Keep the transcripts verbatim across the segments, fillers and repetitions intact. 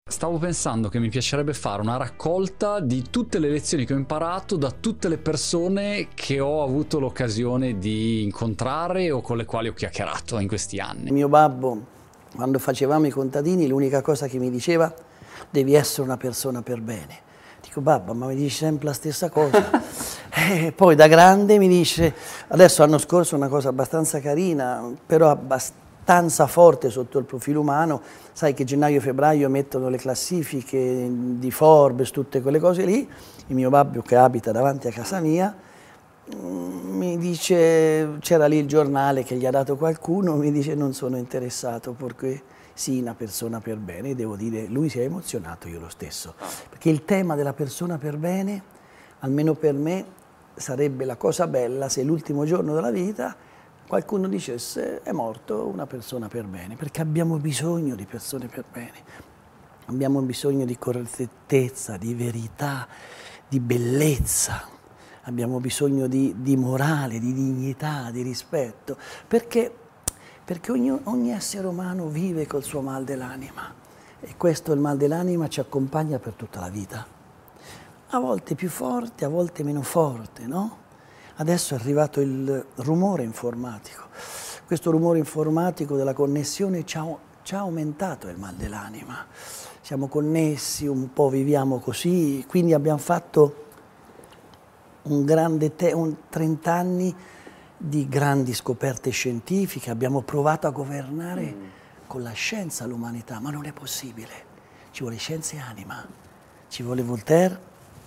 Stavo pensando che mi piacerebbe fare una raccolta di tutte le lezioni che ho imparato da tutte le persone che ho avuto l'occasione di incontrare o con le quali ho chiacchierato in questi anni. Mio babbo, quando facevamo i contadini, l'unica cosa che mi diceva: devi essere una persona per bene. Dico: babbo, ma mi dici sempre la stessa cosa. E poi da grande mi dice, adesso l'anno scorso una cosa abbastanza carina, però abbastanza forte sotto il profilo umano, sai che gennaio-febbraio mettono le classifiche di Forbes, tutte quelle cose lì. Il mio babbo, che abita davanti a casa mia, mi dice, c'era lì il giornale che gli ha dato qualcuno, mi dice: non sono interessato perché sii una persona per bene. E devo dire, lui si è emozionato, io lo stesso, perché il tema della persona per bene, almeno per me, sarebbe la cosa bella se l'ultimo giorno della vita qualcuno dicesse: è morto una persona per bene, perché abbiamo bisogno di persone per bene, abbiamo bisogno di correttezza, di verità, di bellezza. Abbiamo bisogno di, di morale, di dignità, di rispetto, perché, perché ogni, ogni essere umano vive col suo mal dell'anima e questo, il mal dell'anima, ci accompagna per tutta la vita. A volte più forte, a volte meno forte, no? Adesso è arrivato il rumore informatico. Questo rumore informatico della connessione ci ha, ci ha aumentato il mal dell'anima. Siamo connessi, un po' viviamo così, quindi abbiamo fatto un grande te- un trenta anni di grandi scoperte scientifiche, abbiamo provato a governare mm. con la scienza l'umanità, ma non è possibile. Ci vuole scienza e anima, ci vuole Voltaire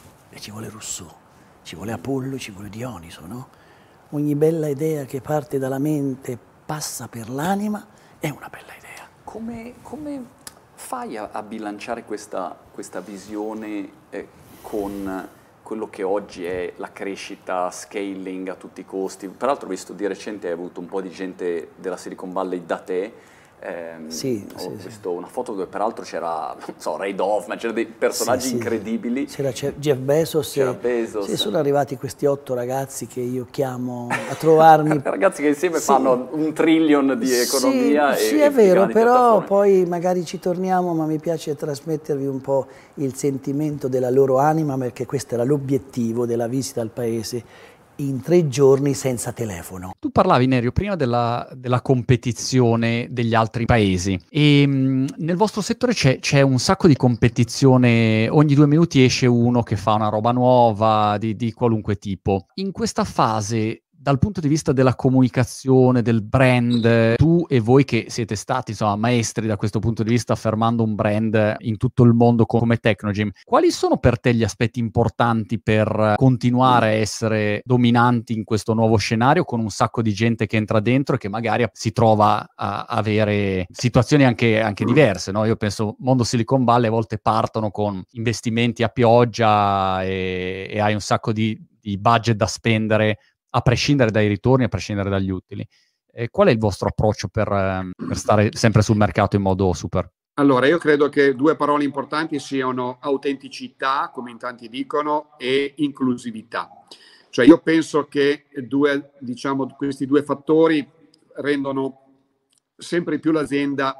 e ci vuole Rousseau, ci vuole Apollo e ci vuole Dioniso, no? Ogni bella idea che parte dalla mente, passa per l'anima, è una bella idea. Come, come fai a, a bilanciare questa, questa visione eh, con quello che oggi è la crescita, scaling a tutti i costi? Peraltro ho visto di recente, hai avuto un po' di gente della Silicon Valley da te. Ehm, sì, ho sì, visto sì. una foto dove peraltro c'era, non so, Ray Hoffman, c'erano dei personaggi sì, incredibili. C'era Jeff Bezos. C'era e, Bezos. Sì, sono arrivati questi otto ragazzi che io chiamo a trovarmi. Ragazzi che insieme sì. fanno un trillion di economia. Sì, e, sì e è vero, però piattaforme. poi magari ci torniamo, ma mi piace trasmettervi un po' il sentimento della loro anima, perché questo era l'obiettivo della visita al paese, in tre giorni senza telefono. Tu parlavi, Nerio, prima della, della competizione degli altri paesi e mh, nel vostro settore c'è, c'è un sacco di competizione, ogni due minuti esce uno che fa una roba nuova di, di qualunque tipo. In questa fase, dal punto di vista della comunicazione, del brand, tu e voi che siete stati, insomma, maestri da questo punto di vista, affermando un brand in tutto il mondo come Technogym, quali sono per te gli aspetti importanti per continuare a essere dominanti in questo nuovo scenario, con un sacco di gente che entra dentro e che magari si trova a avere situazioni anche, anche diverse, no? Io penso, mondo Silicon Valley, a volte partono con investimenti a pioggia e, e hai un sacco di, di budget da spendere, a prescindere dai ritorni, a prescindere dagli utili. Eh, qual è il vostro approccio per, eh, per stare sempre sul mercato in modo super? Allora, io credo che due parole importanti siano autenticità, come in tanti dicono, e inclusività. Cioè io penso che due, diciamo, questi due fattori rendono sempre più l'azienda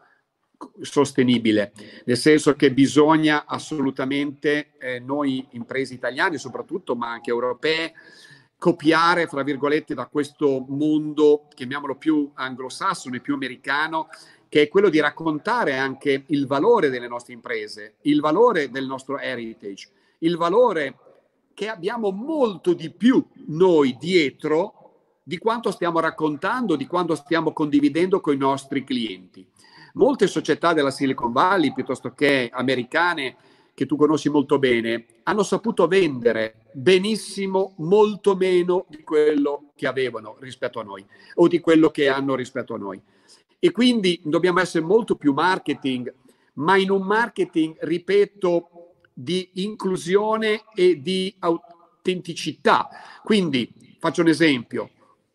sostenibile, nel senso che bisogna assolutamente, eh, noi imprese italiane soprattutto, ma anche europee, copiare, fra virgolette, da questo mondo, chiamiamolo più anglosassone, più americano, che è quello di raccontare anche il valore delle nostre imprese, il valore del nostro heritage, il valore che abbiamo molto di più noi dietro di quanto stiamo raccontando, di quanto stiamo condividendo con i nostri clienti. Molte società della Silicon Valley, piuttosto che americane, che tu conosci molto bene, hanno saputo vendere benissimo molto meno di quello che avevano rispetto a noi o di quello che hanno rispetto a noi. E quindi dobbiamo essere molto più marketing, ma in un marketing, ripeto, di inclusione e di autenticità. Quindi faccio un esempio.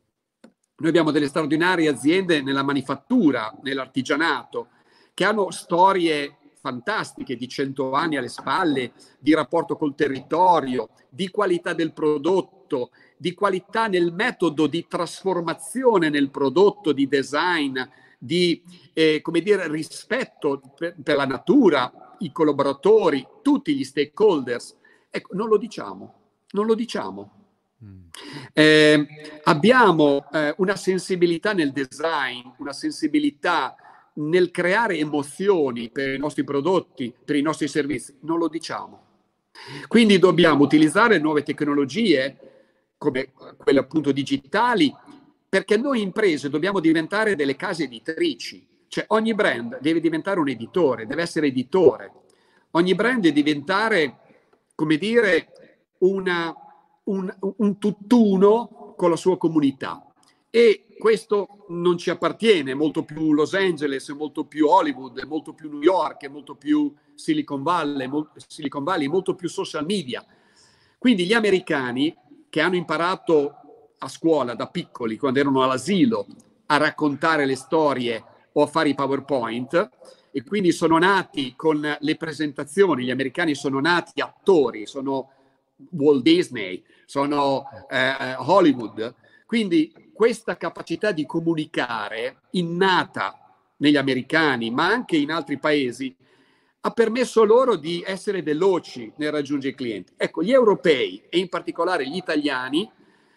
Noi abbiamo delle straordinarie aziende nella manifattura, nell'artigianato, che hanno storie fantastiche di cento anni alle spalle, di rapporto col territorio, di qualità del prodotto, di qualità nel metodo di trasformazione nel prodotto, di design, di eh, come dire, rispetto per, per la natura, i collaboratori, tutti gli stakeholders. Ecco, non lo diciamo, non lo diciamo. Eh, abbiamo eh, una sensibilità nel design, una sensibilità nel creare emozioni per i nostri prodotti, per i nostri servizi, non lo diciamo. Quindi dobbiamo utilizzare nuove tecnologie come quelle appunto digitali, perché noi imprese dobbiamo diventare delle case editrici, cioè ogni brand deve diventare un editore, deve essere editore, ogni brand deve diventare, come dire, una Un, un tutt'uno con la sua comunità, e questo non ci appartiene, è molto più Los Angeles, è molto più Hollywood, è molto più New York, è molto più Silicon Valley, molto, Silicon Valley, molto più social media. Quindi gli americani, che hanno imparato a scuola da piccoli, quando erano all'asilo, a raccontare le storie o a fare i PowerPoint, e quindi sono nati con le presentazioni, gli americani sono nati attori, sono Walt Disney, sono eh, Hollywood, quindi questa capacità di comunicare innata negli americani, ma anche in altri paesi, ha permesso loro di essere veloci nel raggiungere i clienti. Ecco, gli europei e in particolare gli italiani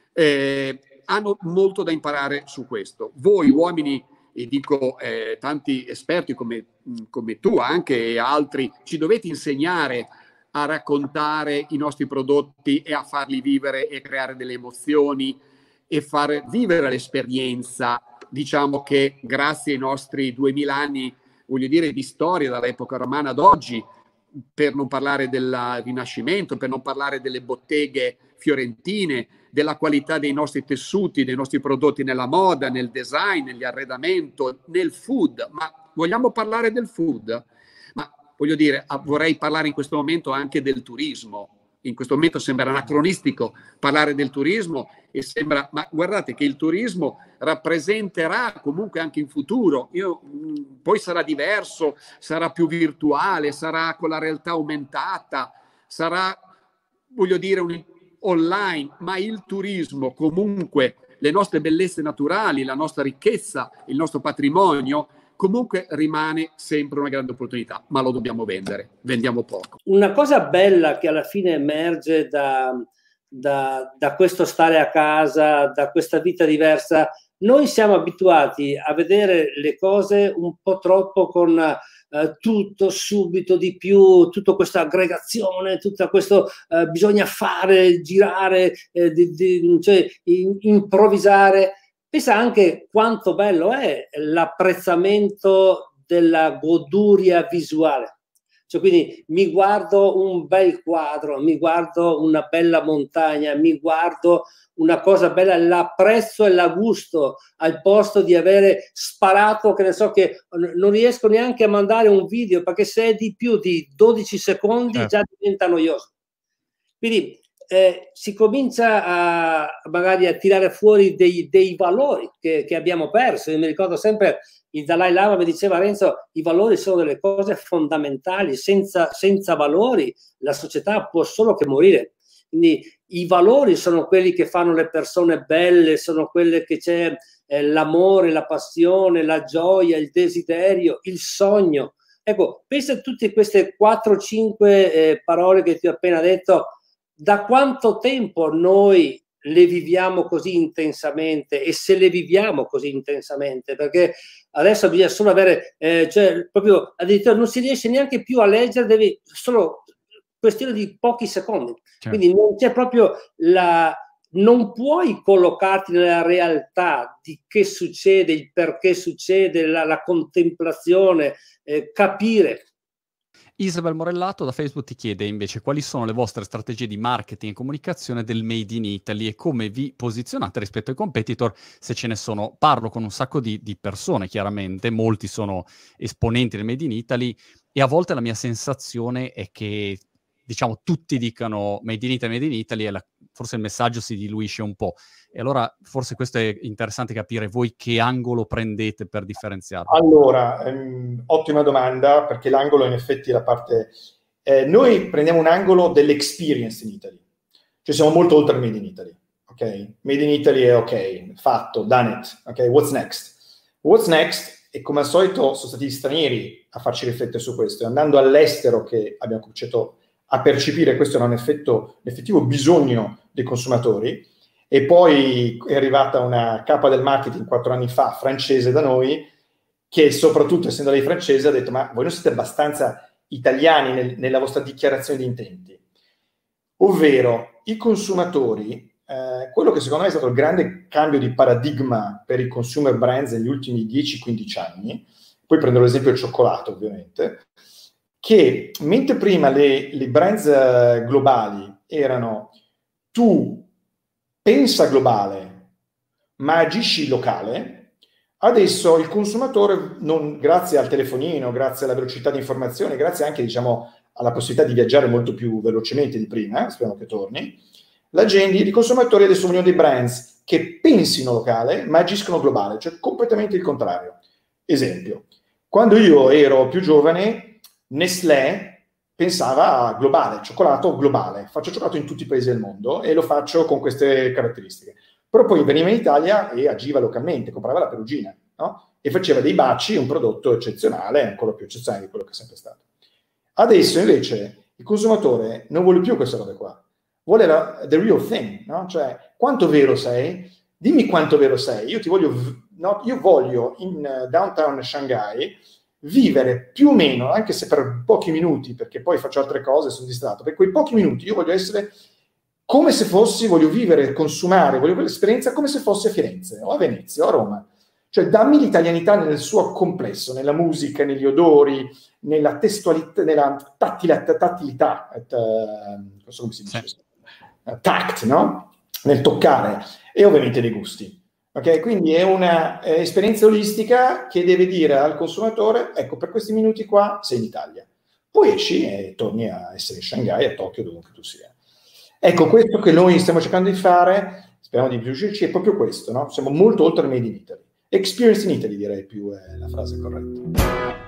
eh, hanno molto da imparare su questo. Voi uomini, e dico eh, tanti esperti come, come tu anche e altri, ci dovete insegnare a raccontare i nostri prodotti e a farli vivere e creare delle emozioni e far vivere l'esperienza. Diciamo che grazie ai nostri duemila anni, voglio dire, di storia dall'epoca romana ad oggi, per non parlare del Rinascimento, per non parlare delle botteghe fiorentine, della qualità dei nostri tessuti, dei nostri prodotti nella moda, nel design, nell'arredamento, nel food. Ma vogliamo parlare del food? Ma voglio dire, vorrei parlare in questo momento anche del turismo. In questo momento sembra anacronistico parlare del turismo e sembra, ma guardate che il turismo rappresenterà comunque anche in futuro. Io, mh, poi sarà diverso, sarà più virtuale, sarà con la realtà aumentata, sarà, voglio dire, un, online, ma il turismo comunque, le nostre bellezze naturali, la nostra ricchezza, il nostro patrimonio, comunque rimane sempre una grande opportunità, ma lo dobbiamo vendere, vendiamo poco. Una cosa bella che alla fine emerge da, da, da questo stare a casa, da questa vita diversa, noi siamo abituati a vedere le cose un po' troppo con eh, tutto, subito, di più, tutta questa aggregazione, tutto questo eh, bisogna fare, girare, eh, di, di, cioè in, improvvisare. Pensa anche quanto bello è l'apprezzamento della goduria visuale. Cioè, quindi mi guardo un bel quadro, mi guardo una bella montagna, mi guardo una cosa bella, l'apprezzo e la gusto, al posto di avere sparato, che ne so, che non riesco neanche a mandare un video, perché se è di più di dodici secondi certo. Già diventa noioso. Quindi Eh, si comincia a magari a tirare fuori dei, dei valori che, che abbiamo perso. Io mi ricordo sempre il Dalai Lama mi diceva: Renzo, i valori sono delle cose fondamentali, senza, senza valori la società può solo che morire. Quindi i valori sono quelli che fanno le persone belle, sono quelle che c'è eh, l'amore, la passione, la gioia, il desiderio, il sogno. Ecco, pensa a tutte queste quattro cinque eh, parole che ti ho appena detto. Da quanto tempo noi le viviamo così intensamente, e se le viviamo così intensamente? Perché adesso bisogna solo avere, eh, cioè proprio addirittura non si riesce neanche più a leggere, devi solo questione di pochi secondi. Certo. Quindi non c'è proprio la, non puoi collocarti nella realtà di che succede, il perché succede, la, la contemplazione, eh, capire. Isabel Morellato da Facebook ti chiede invece quali sono le vostre strategie di marketing e comunicazione del Made in Italy e come vi posizionate rispetto ai competitor, se ce ne sono. Parlo con un sacco di, di persone, chiaramente, molti sono esponenti del Made in Italy e a volte la mia sensazione è che, diciamo, tutti dicano Made in Italy, Made in Italy e la, forse il messaggio si diluisce un po'. E allora forse questo è interessante capire voi che angolo prendete per differenziarvi. Allora, ehm, ottima domanda, perché l'angolo in effetti è la parte... Eh, noi prendiamo un angolo dell'experience in Italy, cioè siamo molto oltre il Made in Italy, ok? Made in Italy è ok, fatto, done it, ok? What's next? What's next e come al solito sono stati gli stranieri a farci riflettere su questo, e andando all'estero che abbiamo cominciato a percepire questo era un, effetto, un effettivo bisogno dei consumatori, e poi è arrivata una capa del marketing quattro anni fa, francese da noi, che soprattutto essendo lei francese ha detto ma voi non siete abbastanza italiani nel, nella vostra dichiarazione di intenti, ovvero i consumatori, eh, quello che secondo me è stato il grande cambio di paradigma per i consumer brands negli ultimi dieci quindici anni, poi prendo l'esempio del cioccolato ovviamente, che mentre prima le, le brands globali erano tu pensa globale ma agisci locale, adesso il consumatore, non, grazie al telefonino, grazie alla velocità di informazione, grazie anche diciamo alla possibilità di viaggiare molto più velocemente di prima, eh, speriamo che torni, la gente, i consumatori adesso vogliono dei brands che pensino locale ma agiscono globale, cioè completamente il contrario. Esempio, quando io ero più giovane, Nestlé pensava a globale, cioccolato globale, faccio cioccolato in tutti i paesi del mondo e lo faccio con queste caratteristiche. Però poi veniva in Italia e agiva localmente, comprava la Perugina, no? E faceva dei baci, un prodotto eccezionale, ancora più eccezionale di quello che è sempre stato. Adesso invece il consumatore non vuole più queste robe qua, vuole la, the real thing, no? Cioè quanto vero sei? Dimmi quanto vero sei, io ti voglio, no? Io voglio in downtown Shanghai vivere più o meno, anche se per pochi minuti, perché poi faccio altre cose, sono distratto, per quei pochi minuti io voglio essere come se fossi, voglio vivere, consumare, voglio quell'esperienza come se fossi a Firenze, o a Venezia, o a Roma. Cioè dammi l'italianità nel suo complesso, nella musica, negli odori, nella testualità, nella tattilità, tattilità at, uh, non so come si dice, sì. uh, tact, no? Nel toccare, e ovviamente nei gusti. Ok, quindi è una eh, esperienza olistica che deve dire al consumatore, ecco, per questi minuti qua sei in Italia. Poi esci e torni a essere in Shanghai, a Tokyo, dovunque tu sia. Ecco, questo che noi stiamo cercando di fare, speriamo di riuscirci, è proprio questo, no? Siamo molto oltre Made in Italy. Experience in Italy, direi più è la frase corretta.